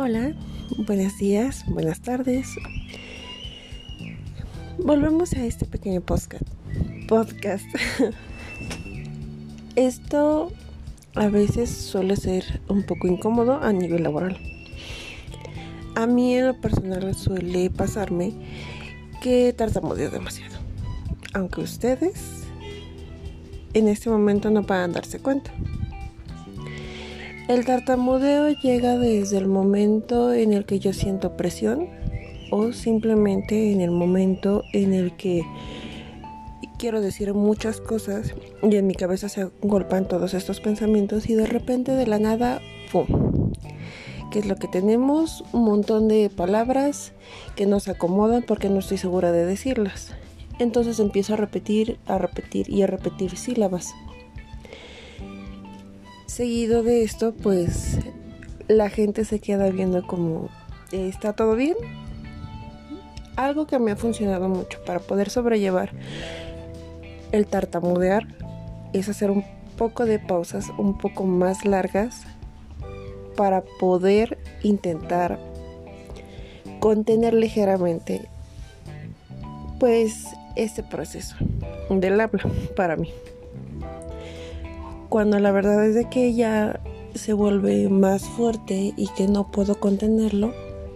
Hola, buenos días, buenas tardes. Volvemos a este pequeño podcast. Esto a veces suele ser un poco incómodo a nivel laboral. A mí en lo personal suele pasarme que tartamudeo demasiado, aunque ustedes en este momento no puedan darse cuenta. El tartamudeo llega desde el momento en el que yo siento presión o simplemente en el momento en el que quiero decir muchas cosas y en mi cabeza se agolpan todos estos pensamientos y de repente de la nada, ¡pum! ¿Qué es lo que tenemos? Un montón de palabras que no se acomodan porque no estoy segura de decirlas. Entonces empiezo a repetir sílabas. Seguido de esto, pues la gente se queda viendo como, ¿está todo bien? Algo que me ha funcionado mucho para poder sobrellevar el tartamudear es hacer un poco de pausas un poco más largas para poder intentar contener ligeramente pues este proceso del habla para mí. Cuando la verdad es de que ya se vuelve más fuerte y que no puedo contenerlo,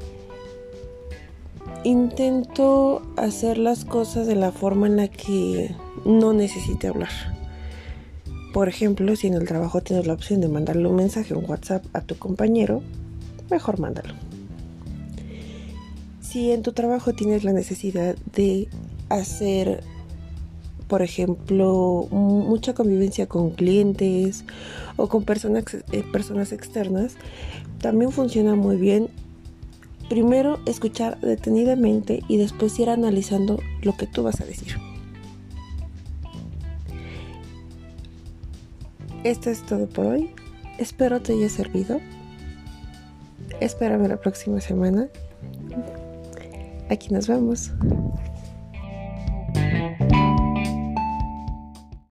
intento hacer las cosas de la forma en la que no necesite hablar. Por ejemplo, si en el trabajo tienes la opción de mandarle un mensaje en WhatsApp a tu compañero, mejor mándalo. Si en tu trabajo tienes la necesidad de hacer, por ejemplo, mucha convivencia con clientes o con personas externas, también funciona muy bien. Primero escuchar detenidamente y después ir analizando lo que tú vas a decir. Esto es todo por hoy. Espero te haya servido. Espérame la próxima semana. Aquí nos vemos.